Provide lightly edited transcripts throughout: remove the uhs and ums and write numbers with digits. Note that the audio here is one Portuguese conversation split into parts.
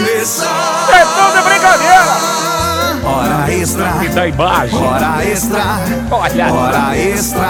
começar. É tudo brincadeira. Hora extra. E da imagem. Hora extra. Olha. Hora extra.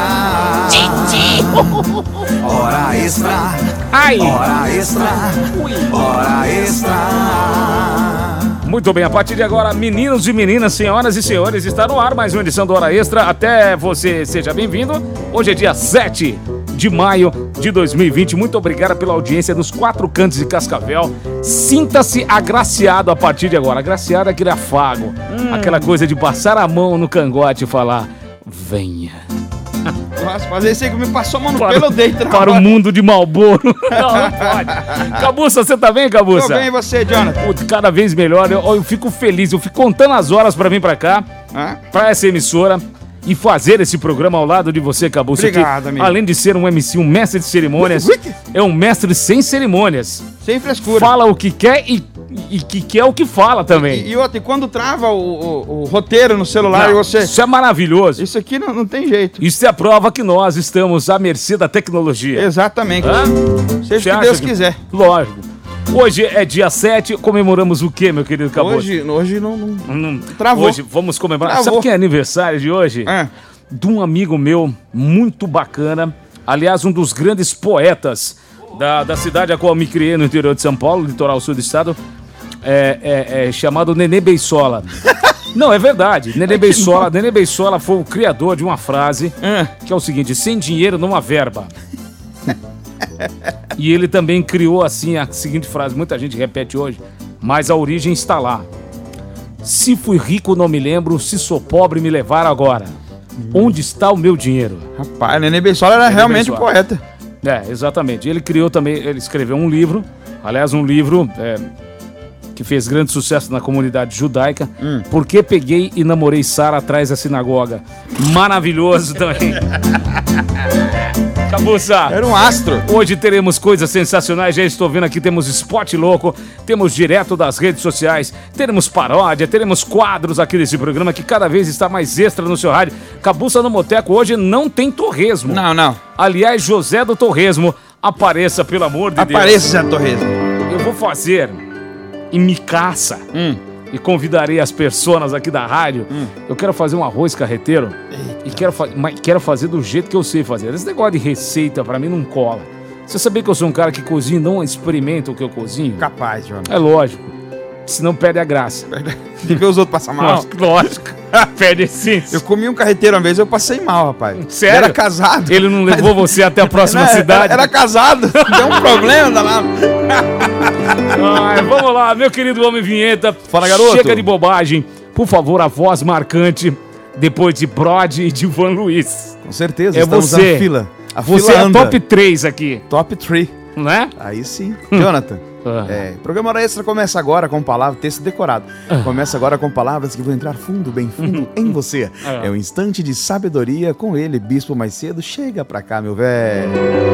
Hora extra. Ai. Hora extra. Hora extra. Muito bem, a partir de agora, meninos e meninas, senhoras e senhores, está no ar mais uma edição do Hora Extra. Até você seja bem-vindo. Hoje é dia 7 de maio de 2020. Muito obrigado pela audiência nos 4 cantos de Cascavel. Sinta-se agraciado a partir de agora. Agraciado é aquele afago, aquela coisa de passar a mão no cangote e falar: venha. Nossa, fazer isso aí que me passou a mão no pelo deito. Para o mundo de Marlboro. Não pode. Cabuça, você tá bem, Cabuça? Tô bem, e você, Jonathan? Puta, cada vez melhor. Eu fico feliz. Eu fico contando as horas pra vir pra cá, pra essa emissora e fazer esse programa ao lado de você, Cabuça. Obrigado, amigo. Além de ser um MC, um mestre de cerimônias, é um mestre sem cerimônias. Sem frescura. Fala o que quer e que quer o que fala também. E outra, e quando trava o roteiro no celular e você... Isso é maravilhoso. Isso aqui não tem jeito. Isso é a prova que nós estamos à mercê da tecnologia. Exatamente. Seja o que Deus quiser. Lógico. Hoje é dia 7, comemoramos o quê, meu querido Cabuça? Hoje não travou. Hoje vamos comemorar. Travou. Sabe quem é aniversário de hoje? De um amigo meu muito bacana. Aliás, um dos grandes poetas da cidade a qual me criei no interior de São Paulo, litoral sul do estado. Chamado Nenê Beissola. Não, é verdade. Nenê Beissola foi o criador de uma frase que é o seguinte: sem dinheiro não há verba. E ele também criou assim a seguinte frase, muita gente repete hoje, mas a origem está lá. Se fui rico não me lembro, se sou pobre me levaram agora. Onde está o meu dinheiro? Rapaz, Nenê Beissola era realmente um poeta. Exatamente. Ele criou também, ele escreveu um livro, aliás um livro que fez grande sucesso na comunidade judaica, Por que peguei e namorei Sara atrás da sinagoga. Maravilhoso também. Cabuça. Era um astro. Hoje teremos coisas sensacionais, já estou vendo aqui, temos Spot Louco, temos direto das redes sociais, teremos paródia, teremos quadros aqui desse programa que cada vez está mais extra no seu rádio. Cabuça no Moteco hoje não tem torresmo. Não. Aliás, José do Torresmo, apareça, pelo amor de Deus. Apareça, José do Torresmo. Eu vou fazer em Micaça e convidarei as personas aqui da rádio. Eu quero fazer um arroz carreteiro. E quero fazer do jeito que eu sei fazer. Esse negócio de receita pra mim não cola. Você sabia que eu sou um cara que cozinha e não experimenta o que eu cozinho? Capaz, João. É lógico. Senão perde a graça. E ver os outros passar mal? Lógico. Perde a essência. Eu comi um carreteiro uma vez e eu passei mal, rapaz. Sério? Ele era casado. Ele não levou você até a próxima cidade? Era casado. Deu um problema, danado. Vamos lá, meu querido homem vinheta. Fala, garoto. Chega de bobagem. Por favor, a voz marcante depois de Brody e de Van Luiz. Com certeza, estamos você. Na fila. Você é top 3 aqui. Top 3. Não é? Aí sim. Jonathan, o programa Hora Extra começa agora com palavras, texto decorado. Começa agora com palavras que vão entrar fundo, bem fundo em você. É um instante de sabedoria com ele, Bispo Mais Cedo. Chega pra cá, meu velho.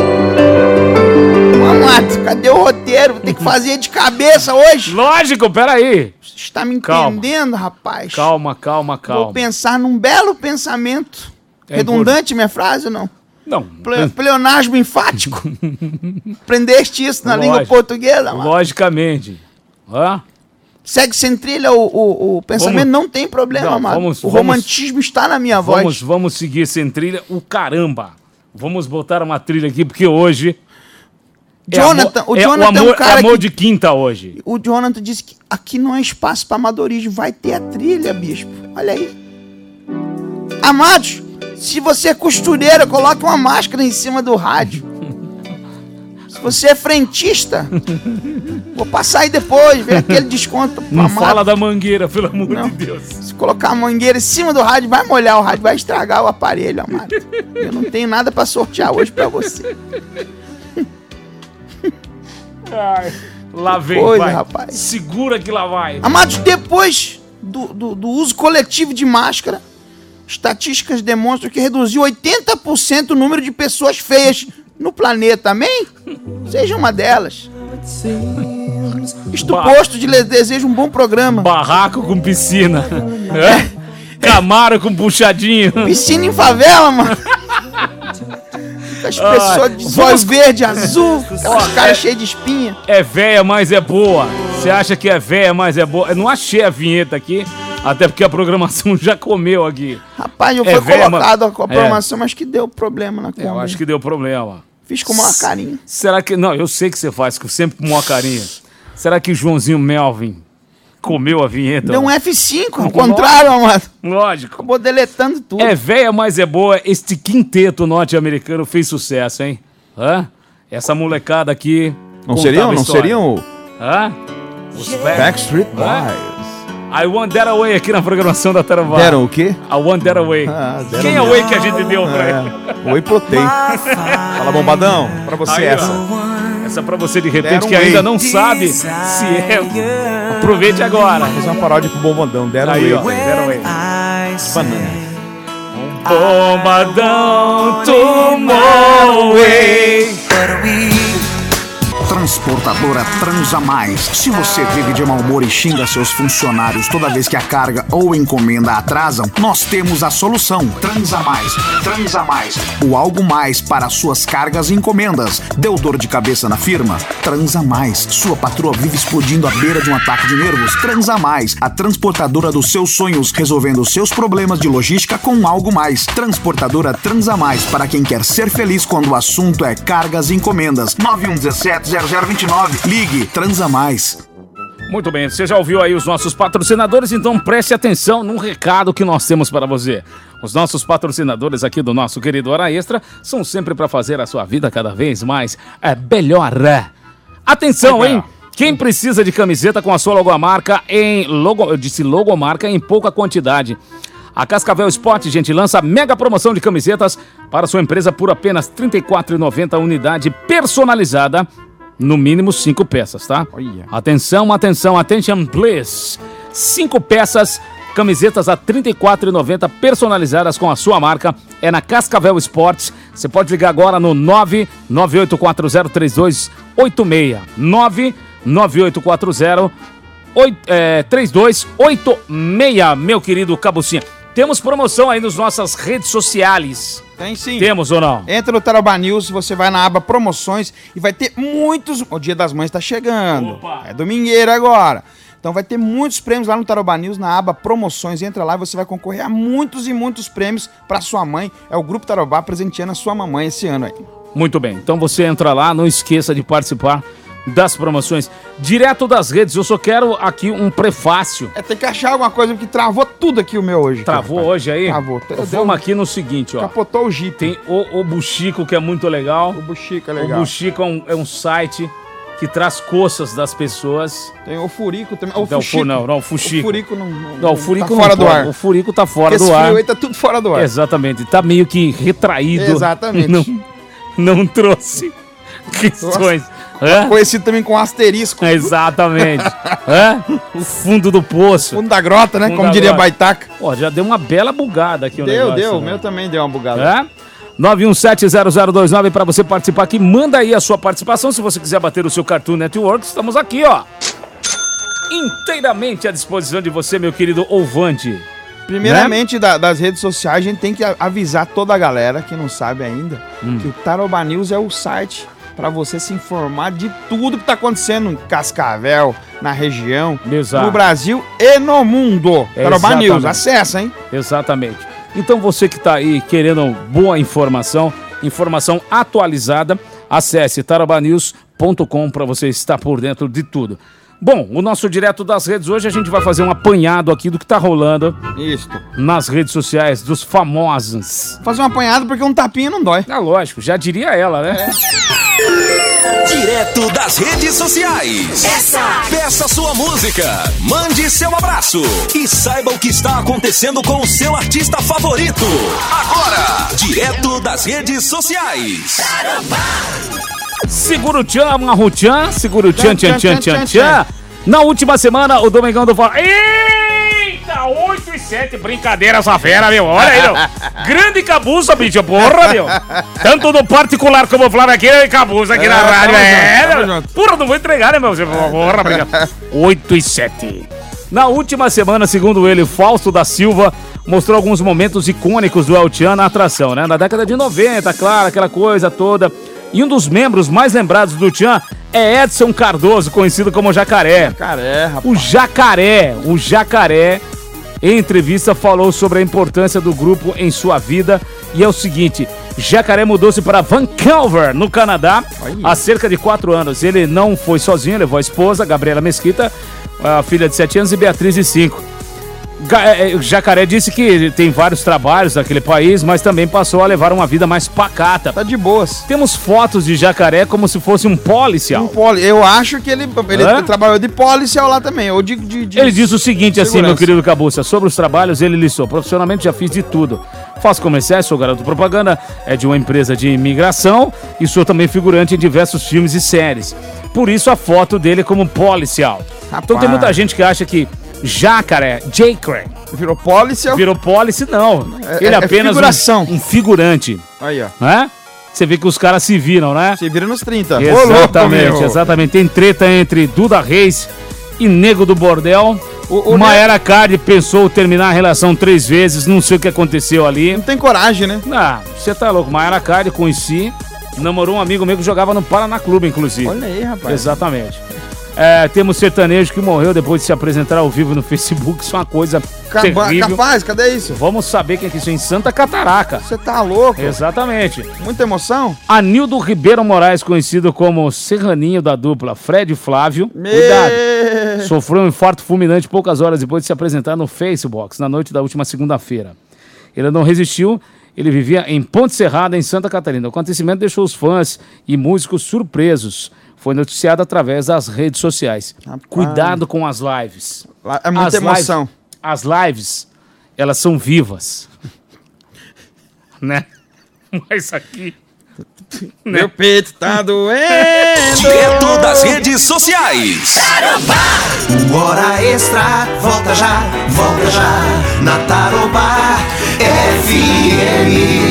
Mato, cadê o roteiro? Tem que fazer de cabeça hoje. Lógico, peraí. Você está me entendendo, rapaz? Calma. Vou pensar num belo pensamento. Redundante minha frase ou não? Não. Pleonasmo enfático. Aprendeste isso na língua portuguesa, mano? Logicamente. Segue sem trilha o pensamento, não tem problema, mano. O romantismo está na minha voz. Vamos seguir sem trilha, o caramba. Vamos botar uma trilha aqui, porque hoje... Jonathan, o Jonathan é um cara amor de quinta hoje. O Jonathan disse que aqui não é espaço para amadorismo, vai ter a trilha, bispo. Olha aí. Amados, se você é costureira, coloque uma máscara em cima do rádio. Se você é frentista, vou passar aí depois, ver aquele desconto. Não fala da mangueira, pelo amor de Deus. Se colocar a mangueira em cima do rádio, vai molhar o rádio, vai estragar o aparelho, amado. Eu não tenho nada para sortear hoje para você. Lá vem, coisa, vai. Rapaz. Segura que lá vai. Amados, depois do uso coletivo de máscara, estatísticas demonstram que reduziu 80% o número de pessoas feias no planeta, amém? Seja uma delas. Isto posto, desejo um bom programa. Barraco com piscina. Camaro com puxadinho. Piscina em favela, mano. As pessoas de olhos verde, azul, as caras cheias de espinha. É véia, mas é boa. Você acha que é velha, mas é boa? Eu não achei a vinheta aqui, até porque a programação já comeu aqui. Rapaz, eu fui colocado a programação, mas que deu problema na conta. Eu acho que deu problema. Fiz com uma carinha. Será que... Não, eu sei que você faz, sempre com uma carinha. Será que Joãozinho Melvin comeu a vinheta? Deu um F5, ao contrário, amado. Lógico. Acabou deletando tudo. É velha, mas é boa. Este quinteto norte-americano fez sucesso, hein? Hã? Essa molecada aqui... Não seriam? Hã? Os Backstreet Boys. I Want That Away aqui na programação da Tarabá. Deram o quê? I Want That Away. Quem é o Way que a gente deu pra ele? Whey Protein. Fala, bombadão. Pra você Aí, essa. Essa pra você de repente Deram que ainda Whey. não sabe se é. Aproveite agora. Vou fazer uma paródia pro bombadão. Deram Aí, Whey. ó. Deram Whey. Banana. Bombadão tomou Whey. Transportadora Transa Mais. Se você vive de mau humor e xinga seus funcionários toda vez que a carga ou encomenda atrasam, nós temos a solução. Transa Mais. Transa Mais. O algo mais para suas cargas e encomendas. Deu dor de cabeça na firma? Transa Mais. Sua patroa vive explodindo à beira de um ataque de nervos? Transa Mais. A transportadora dos seus sonhos, resolvendo seus problemas de logística com algo mais. Transportadora Transa Mais. Para quem quer ser feliz quando o assunto é cargas e encomendas. 9117 0029. Ligue, Transa Mais. Muito bem, você já ouviu aí os nossos patrocinadores, então preste atenção num recado que nós temos para você. Os nossos patrocinadores aqui do nosso querido Hora Extra são sempre para fazer a sua vida cada vez mais melhor. Atenção, hein? Quem precisa de camiseta com a sua logomarca logomarca em pouca quantidade. A Cascavel Sport, gente, lança mega promoção de camisetas para sua empresa por apenas R$ 34,90 unidade personalizada. No mínimo 5 peças, tá? Olha. Atenção, attention please. 5 peças, camisetas a R$ 34,90 personalizadas com a sua marca. É na Cascavel Sports. Você pode ligar agora no 998403286. 998403286, meu querido Cabucinha. Temos promoção aí nas nossas redes sociais. Tem sim. Temos ou não? Entra no Tarobá News, você vai na aba promoções e vai ter muitos... O Dia das Mães tá chegando. Opa. É domingueira agora. Então vai ter muitos prêmios lá no Tarobá News, na aba promoções. Entra lá e você vai concorrer a muitos e muitos prêmios para sua mãe. É o Grupo Tarobá presenteando a sua mamãe esse ano aí. Muito bem. Então você entra lá, não esqueça de participar das promoções. Direto das redes, eu só quero aqui um prefácio. Tem que achar alguma coisa, porque travou tudo aqui o meu hoje. Travou hoje aí? Travou. Vamos aqui no seguinte, ó. Capotou o Jeep. Tem o Buchico, que é muito legal. O Buchico é legal. O Buchico é um site que traz coças das pessoas. Tem o Furico também. Não, o Fuxico. O Furico Não, o Furico tá fora do ar. O Furico tá fora Esse do ar. frio aí tá tudo fora do ar. Exatamente. Tá meio que retraído. Exatamente. Não trouxe questões. Conhecido também com asterisco. Exatamente. O fundo do poço. Fundo da grota, né? Fundo Como da diria grota. Baitaca. Ó, já deu uma bela bugada aqui o negócio. Deu. O né? meu também deu uma bugada. 9170029 para você participar aqui. Manda aí a sua participação. Se você quiser bater o seu Cartoon Network, estamos aqui, ó. Inteiramente à disposição de você, meu querido ouvinte. Primeiramente, das redes sociais, a gente tem que avisar toda a galera que não sabe ainda que o Tarobá News é o site para você se informar de tudo que tá acontecendo em Cascavel, na região, Exato. no Brasil e no mundo. Tarobá News, acessa, hein? Exatamente. Então você que tá aí querendo boa informação atualizada, acesse tarobanews.com para você estar por dentro de tudo. Bom, o nosso direto das redes hoje a gente vai fazer um apanhado aqui do que tá rolando nas redes sociais dos famosos. Fazer um apanhado porque um tapinha não dói. Lógico, já diria ela, né? Direto das redes sociais. Peça sua música, mande seu abraço e saiba o que está acontecendo com o seu artista favorito. Agora, direto das redes sociais. Segura o tchan, amarra o tchan, segura o tchan. Na última semana, o Domingão do Fala... Eita, 8 e 7, brincadeira essa fera, meu. Olha aí, meu. Grande cabuça, bicho, porra, meu. Tanto no particular como o Flávio aqui, cabuça aqui na rádio. Porra, não vou entregar, né, meu? Porra, brincadeira. 8 e 7. Na última semana, segundo ele, Fausto da Silva mostrou alguns momentos icônicos do El Tchan na atração, né? Na década de 90, claro, aquela coisa toda. E um dos membros mais lembrados do Tchan é Edson Cardoso, conhecido como Jacaré. Jacaré, rapaz. O Jacaré, em entrevista, falou sobre a importância do grupo em sua vida. E é o seguinte, Jacaré mudou-se para Vancouver, no Canadá, há cerca de 4 anos. Ele não foi sozinho, levou a esposa, Gabriela Mesquita, a filha de 7 anos e Beatriz de 5. Jacaré disse que tem vários trabalhos naquele país, mas também passou a levar uma vida mais pacata. Tá de boas. Temos fotos de Jacaré como se fosse um policial. Eu acho que ele trabalhou de policial lá também, ou de Ele disse o seguinte, segurança. assim, meu querido Cabuça, sobre os trabalhos ele listou. Profissionalmente já fiz de tudo. Faço comerciais, sou garoto propaganda, é de uma empresa de imigração e sou também figurante em diversos filmes e séries. Por isso a foto dele como policial. Rapaz. Então tem muita gente que acha que Jacaré, Virou policial. virou policy, não. Ele é apenas figuração. um figurante, Aí, ó. né? Você vê que os caras se viram, né? Você vira nos 30. Exatamente, exatamente. Tem treta entre Duda Reis e Nego do Bordel. O Mayara Card pensou terminar a relação 3 vezes, não sei o que aconteceu ali. Não tem coragem, né? Ah, você tá louco. Mayara Card, conheci, namorou um amigo meu que jogava no Paraná Clube, inclusive. Olha aí, rapaz. Exatamente. Temos sertanejo que morreu depois de se apresentar ao vivo no Facebook. Isso é uma coisa terrível. Capaz, cadê isso? Vamos saber quem é isso em Santa Catarata. Você tá louco? Exatamente. Muita emoção? Anildo Ribeiro Moraes, conhecido como Serraninho da dupla Fred e Flávio. Cuidado. Sofreu um infarto fulminante poucas horas depois de se apresentar no Facebox na noite da última segunda-feira. Ele não resistiu. Ele vivia em Ponte Serrada, em Santa Catarina. O acontecimento deixou os fãs e músicos surpresos. Foi noticiado através das redes sociais. Rapaz. Cuidado com as lives. É muita emoção. As lives, elas são vivas. Né? Mas aqui... né? Meu peito tá doendo. Direto das redes sociais. Hora Extra, volta já, na Tarobá FM.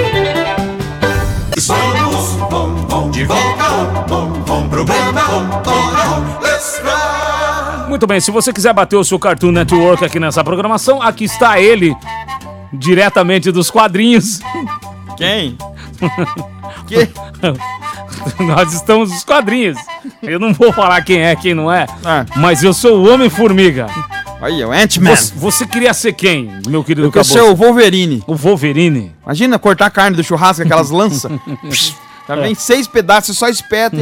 Estamos de volta, programa Hora Extra. Muito bem, se você quiser bater o seu Cartoon Network aqui nessa programação, aqui está ele, diretamente dos quadrinhos. Quem? Que? Nós estamos nos quadrinhos. Eu não vou falar quem é, quem não é, Ah. mas eu sou o Homem-Formiga. Aí, o Ant-Man. Você queria ser quem, meu querido Eu quero Caboço? ser o Wolverine. O Wolverine. Imagina cortar a carne do churrasco, aquelas lanças. Já vem 6 pedaços, você só espeta.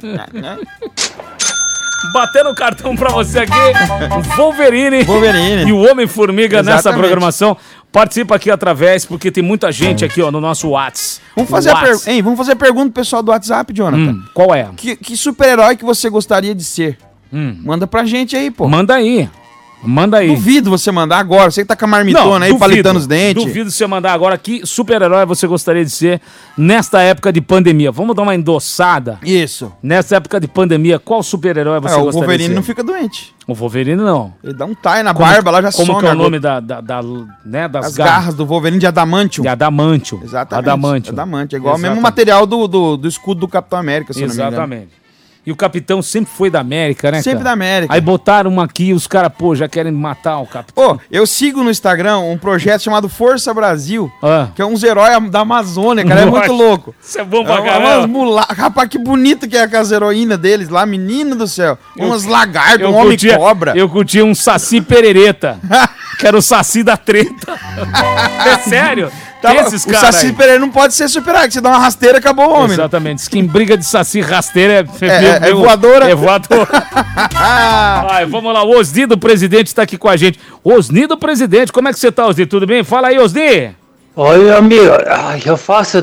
Batendo o cartão pra você aqui, o Wolverine. Wolverine. E o Homem-Formiga nessa Exatamente. programação. Participa aqui através, porque tem muita gente aqui, ó, no nosso WhatsApp. Vamos fazer a pergunta pro pessoal do WhatsApp, Jonathan. Qual é? Que super-herói que você gostaria de ser? Manda pra gente aí, pô. Manda aí. Manda aí. Duvido você mandar agora. Você que tá com a marmitona aí, palitando os dentes. Duvido você mandar agora que super-herói você gostaria de ser nesta época de pandemia. Vamos dar uma endossada. Isso. Nessa época de pandemia, qual super-herói você O gostaria de Wolverine ser? não fica doente. O Wolverine não. Ele dá um tie na barba, lá já some. Como que é o agora. nome das As garras do Wolverine de adamantium. De Adamantium. Exatamente. Adamantium. Adamantium. É igual o mesmo Exatamente. material do escudo do Capitão América, se eu não me engano. Exatamente. E o capitão sempre foi da América, né, Sempre cara? da América. Aí botaram uma aqui e os caras, pô, já querem matar o capitão. Pô, eu sigo no Instagram um projeto chamado Força Brasil, Ah. que é uns heróis da Amazônia, cara. É muito louco. Isso é bom pra Umas caramba. Rapaz, que bonito que é as heroínas deles lá, menino do céu. Umas lagartas, um homem-cobra. Eu curtia um Saci Perereta, que era o Saci da treta. É sério? Tá, Tem esses o caras Saci aí. Pereira não pode ser super-herói, que você dá uma rasteira, acabou o homem. Exatamente. Diz que em briga de Saci rasteira É voadora. É voadora. Ai, vamos lá, o Osni do Presidente tá aqui com a gente. Osni do Presidente, como é que você tá, Osni? Tudo bem? Fala aí, Osni. Oi, amigo, eu faço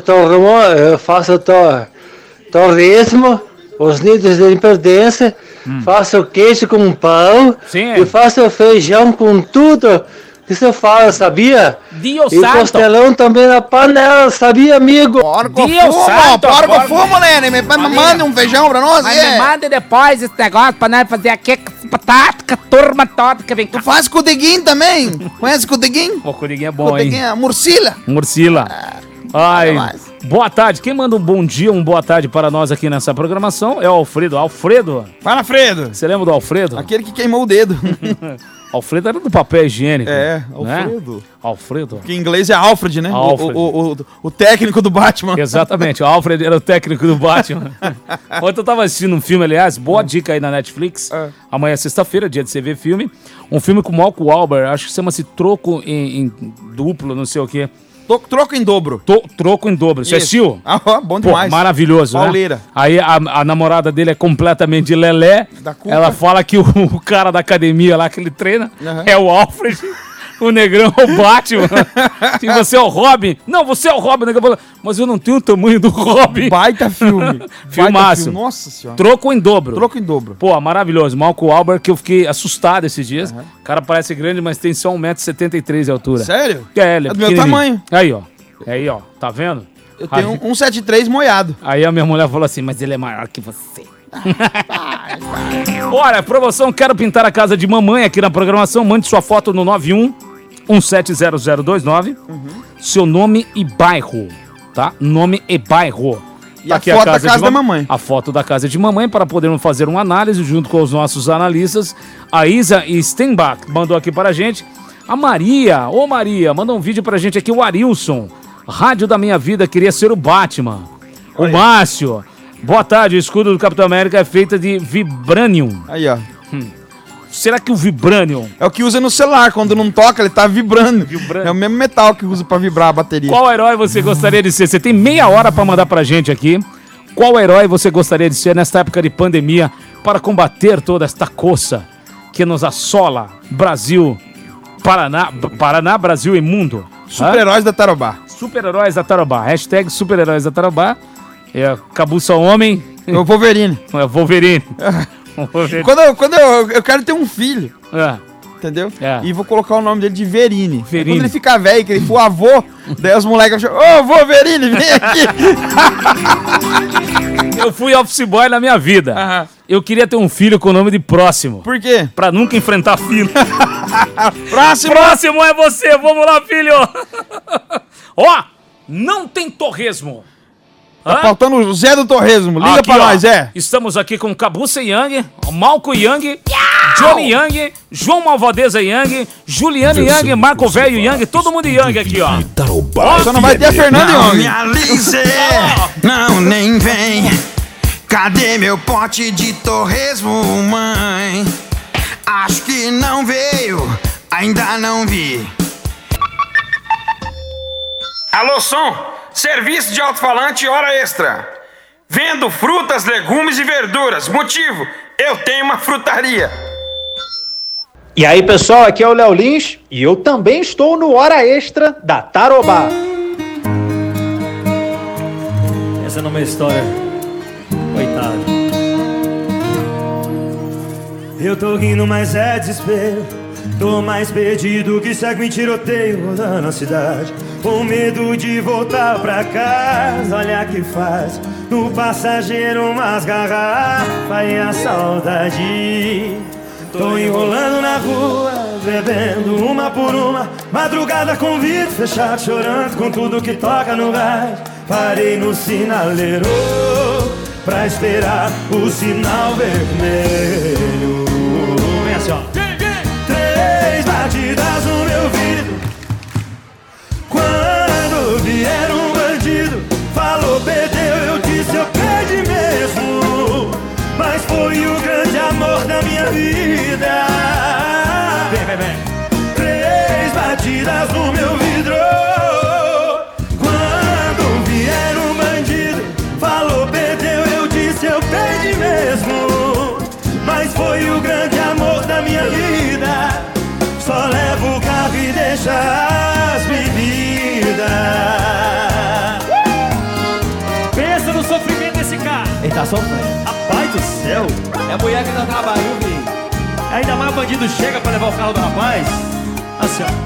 torresmo, os nidos de imperdência, faço queijo com pão Sim. e faço feijão com tudo que você fala, sabia? Dio E santo. costelão também na panela, sabia, amigo? Porco Deus fumo, santo, porco porco. fumo, Lene. Manda um feijão pra nós. Mas me manda depois esse negócio pra nós fazer aqui com batata, com a turma toda que vem cá. Tu faz codiguinho também? Conhece codiguinho? O Coriguinho é bom, Codiguinho, hein? a murcila. Murcila. Ai, mais. boa tarde. Quem manda um bom dia, um boa tarde para nós aqui nessa programação é o Alfredo. Alfredo, Fala, Fredo. você lembra do Alfredo? Aquele que queimou o dedo. Alfredo era do papel higiênico. Alfredo. Né? Alfredo. Que em inglês é Alfred, né? Alfred. O técnico do Batman. Exatamente, o Alfred era o técnico do Batman. Ontem eu tava assistindo um filme, aliás, boa dica aí na Netflix. Amanhã é sexta-feira, dia de você ver filme. Um filme com o Malcolm Wahlberg, acho que chama-se Troco em Duplo, não sei o quê. Troco em dobro. Troco em dobro. Você assistiu? Bom demais. Pô, maravilhoso, Pauleira. Né? Aí a namorada dele é completamente lelé. Ela fala que o cara da academia lá que ele treina é o Alfred. O negrão é o Batman. E você é o Robin. Não, você é o Robin. O negrão fala, mas eu não tenho o tamanho do Robin. Baita filme. Filmaço. Nossa senhora. Troco em dobro. Troco em dobro. Pô, maravilhoso. Malcolm Wahlberg, que eu fiquei assustado esses dias. O cara parece grande, mas tem só 1,73 m de altura. Sério? Ele é do meu tamanho. Aí, ó. Tá vendo? Eu tenho 1,73 moiado. Aí a minha mulher falou assim, mas ele é maior que você. Olha, promoção Quero Pintar a Casa de Mamãe aqui na programação. Mande sua foto no 91170029. Seu nome e bairro, tá? Nome e bairro. E tá aqui a foto da casa da mamãe. A foto da casa de mamãe para podermos fazer uma análise junto com os nossos analistas. A Isa Stenbach mandou aqui para a gente. A Maria, mandou um vídeo pra gente aqui. O Arilson, Rádio da Minha Vida, queria ser o Batman. O Márcio, boa tarde, o escudo do Capitão América é feito de vibranium. Aí, ó. Será que o vibranium... É o que usa no celular, quando não toca ele tá vibrando. É o mesmo metal que usa pra vibrar a bateria. Qual herói você gostaria de ser? Você tem meia hora pra mandar pra gente aqui. Qual herói você gostaria de ser nesta época de pandemia para combater toda esta coça que nos assola? Brasil, Paraná, Brasil e mundo. Super-heróis da Tarobá. Super-heróis da Tarobá. Hashtag super-heróis da Tarobá. Cabuça Homem. É o Wolverine. É o Wolverine. Quando eu quero ter um filho, entendeu? E vou colocar o nome dele de Verine. Quando ele ficar velho, que ele for avô, daí os moleques acham, Wolverine, vem aqui. Eu fui office boy na minha vida. Eu queria ter um filho com o nome de Próximo. Por quê? Pra nunca enfrentar filho. Próximo é você, vamos lá, filho. Não tem torresmo. Tá faltando o Zé do Torresmo. Liga aqui, pra nós, Zé. Estamos aqui com Cabuça Yang, Malco Yang, Johnny Yang, João Malvadeza Yang, Juliano Yang, Marco Velho Yang, todo mundo Yang aqui, ó. Só não vai ter a Fernanda Yang. Não me alise, não nem vem. Cadê meu pote de torresmo, mãe? Acho que não veio, ainda não vi. Alô, som? Serviço de alto-falante hora extra. Vendo frutas, legumes e verduras. Motivo, eu tenho uma frutaria. E aí, pessoal, aqui é o Léo Lins e eu também estou no Hora Extra da Tarobá. Essa não é uma história. Coitado. Eu tô rindo, mas é desespero. Tô mais perdido que segue em tiroteio rodando na cidade. Com medo de voltar pra casa, olha que faz. No passageiro umas garrafas e a saudade. Tô enrolando na rua, bebendo uma por uma. Madrugada com vidro fechado, chorando com tudo que toca no rádio. Parei no sinaleiro pra esperar o sinal vermelho. Vem assim, ó. 3 batidas no meu vidro. Quando vier um bandido, falou, perdeu, eu disse, eu perdi mesmo. Mas foi o grande amor da minha vida. Vem. 3 batidas no meu vidro. Quando vier um bandido, falou, perdeu, eu disse, eu perdi mesmo. Mas foi o grande amor da minha vida. Só levo o carro e deixa as bebidas. Pensa no sofrimento desse cara. Ele tá sofrendo. Rapaz do céu. É a mulher que dá trabalho, filho. Ainda mais o bandido chega pra levar o carro do rapaz. Assim, ó.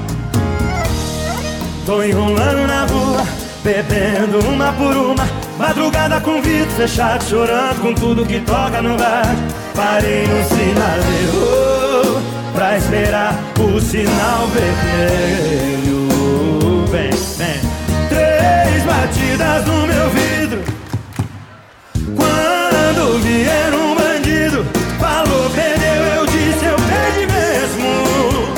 Tô enrolando na rua, bebendo uma por uma. Madrugada com vidro fechado, chorando com tudo que toca no rádio. Parei no sinaleiro pra esperar o sinal vermelho. Vem. 3 batidas no meu vidro. Quando vier um bandido, falou, perdeu, eu disse, eu perdi mesmo.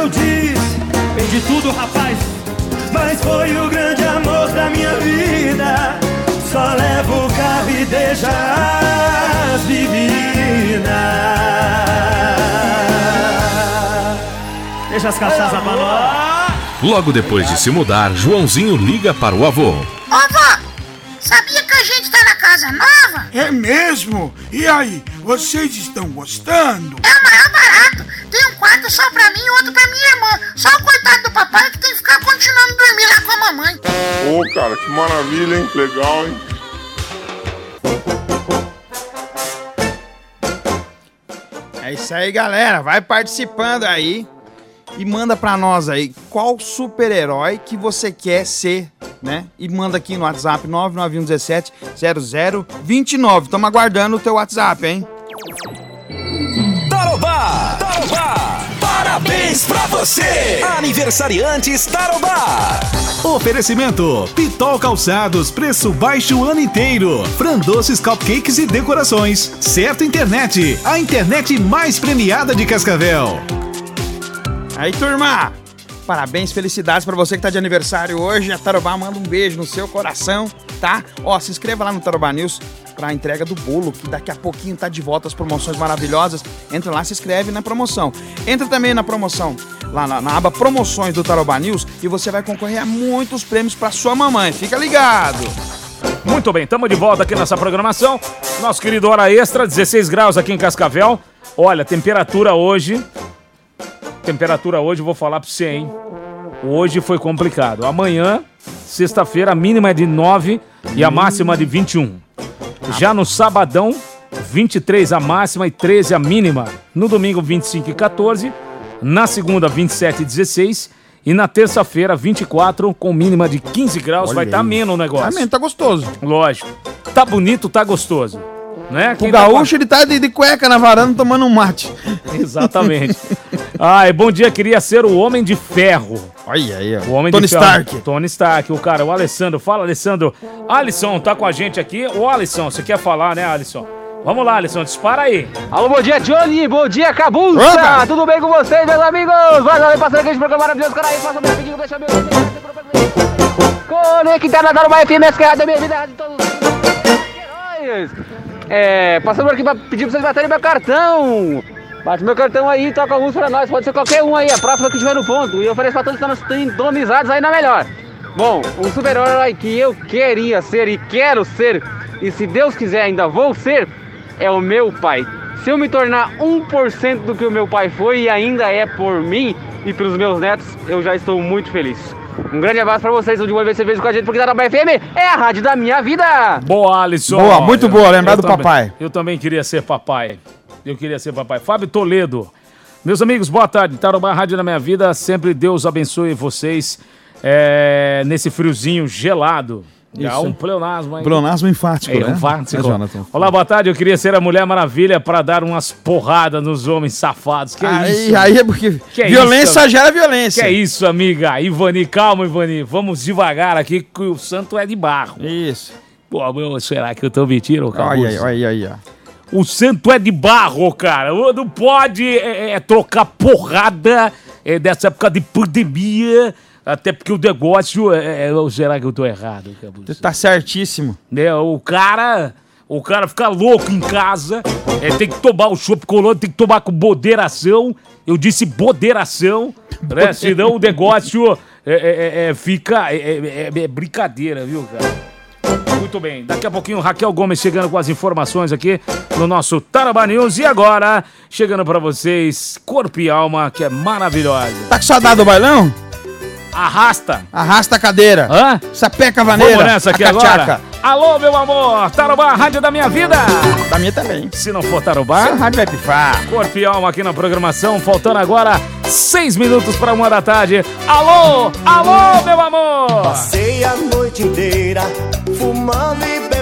eu disse, perdi tudo, rapaz, mas foi o grande amor da minha vida. Só levo o carro e deixa as bebidas. Deixa as cachaças pra nós. Logo depois de se mudar, Joãozinho liga para o avô. Ô, vó, sabia que a gente tá na casa nova? É mesmo? E aí, vocês estão gostando? É o maior barato. Tem um quarto só pra mim e outro pra minha irmã. Só o coitado do papai que tem que ficar continuando dormir lá com a mamãe. Ô, cara, que maravilha, hein? Legal, hein? É isso aí, galera. Vai participando aí e manda pra nós aí qual super-herói que você quer ser, né? E manda aqui no WhatsApp 991170029. Tamo aguardando o teu WhatsApp, hein? Tarobá! Tarobá! Parabéns pra você! Aniversariantes Tarobá! Oferecimento: Pitol Calçados, preço baixo o ano inteiro. Frandoces, cupcakes e decorações. Certo Internet, a internet mais premiada de Cascavel. Aí, turma, parabéns, felicidades pra você que tá de aniversário hoje. A Tarobá manda um beijo no seu coração, tá? Ó, se inscreva lá no Tarobá News pra entrega do bolo, que daqui a pouquinho tá de volta as promoções maravilhosas. Entra lá, se inscreve na promoção. Entra também na promoção, lá na aba Promoções do Tarobá News, e você vai concorrer a muitos prêmios pra sua mamãe. Fica ligado! Muito bem, estamos de volta aqui nessa programação. Nosso querido Hora Extra, 16 graus aqui em Cascavel. Olha, temperatura hoje, eu vou falar pra você, hein? Hoje foi complicado. Amanhã, sexta-feira, a mínima é de 9 e a máxima de 21. Já no sabadão, 23 a máxima e 13 a mínima. No domingo, 25 e 14. Na segunda, 27 e 16. E na terça-feira, 24 com mínima de 15 graus. Olha vai estar ameno o negócio. Ameno, tá gostoso. Lógico. Tá bonito, tá gostoso. Né? O gaúcho, ele tá de cueca na varanda tomando um mate. Exatamente. Ai, bom dia, queria ser o Homem de Ferro. Olha aí, ó. O Homem Tony de Ferro. Stark. Tony Stark, o cara, o Alessandro. Fala, Alessandro. Alisson, tá com a gente aqui. Ô, Alisson, você quer falar, né, Alisson? Vamos lá, Alisson, dispara aí. Alô, bom dia, Johnny. Bom dia, Cabuça. Opa! Tudo bem com vocês, meus amigos? Vai lá, passando aqui de programa maravilhoso. Cara aí, faça um rapidinho, deixa meu... Conectada na Tarobá FM, essa é a minha vida de todos os heróis. Passando por aqui pra pedir pra vocês baterem meu cartão. Bate meu cartão aí, toca a música pra nós. Pode ser qualquer um aí, a próxima que tiver no ponto. E eu ofereço pra todos que estão sintonizados aí na melhor. Bom, o super-herói que eu queria ser e quero ser, e se Deus quiser ainda vou ser, é o meu pai. Se eu me tornar 1% do que o meu pai foi e ainda é por mim e pelos meus netos, eu já estou muito feliz. Um grande abraço pra vocês, onde vão ver você com a gente, porque Tarobá FM é a rádio da minha vida. Boa, Alisson. Boa, muito boa, lembrar do papai. Eu também queria ser papai. Fábio Toledo. Meus amigos, boa tarde. Tarobá, rádio da minha vida. Sempre Deus abençoe vocês nesse friozinho gelado. Há um pleonasmo aí. Pleonasmo enfático, né? Enfático. Jonathan. Olá, boa tarde. Eu queria ser a Mulher Maravilha pra dar umas porradas nos homens safados. Que é isso? Aí é porque violência gera violência. Que é isso, amiga? Ivani, calma, Ivani. Vamos devagar aqui, que o santo é de barro. Isso. Pô, meu, será que eu tô mentindo, cara? Olha aí, ó. O santo é de barro, cara. Não pode trocar porrada dessa época de pandemia. Até porque o negócio será que eu tô errado, Cabuça? Você tá certíssimo. O cara fica louco em casa, tem que tomar o chopp colônia, tem que tomar com moderação. Eu disse moderação, né? Senão o negócio fica brincadeira, viu, cara? Muito bem, daqui a pouquinho Raquel Gomes chegando com as informações aqui no nosso Tarobá News. E agora, chegando pra vocês, Corpo e Alma, que é maravilhosa. Tá com saudade do bailão? Arrasta a cadeira. Hã? Sapeca a vaneira. Vamos nessa aqui agora. Alô, meu amor. Tarobá, rádio da minha vida. Da minha também. Se não for Tarobá, a rádio vai pifar. Corpo e Alma aqui na programação. Faltando agora 6 minutos para 1 da tarde. Alô, meu amor. Passei a noite inteira fumando e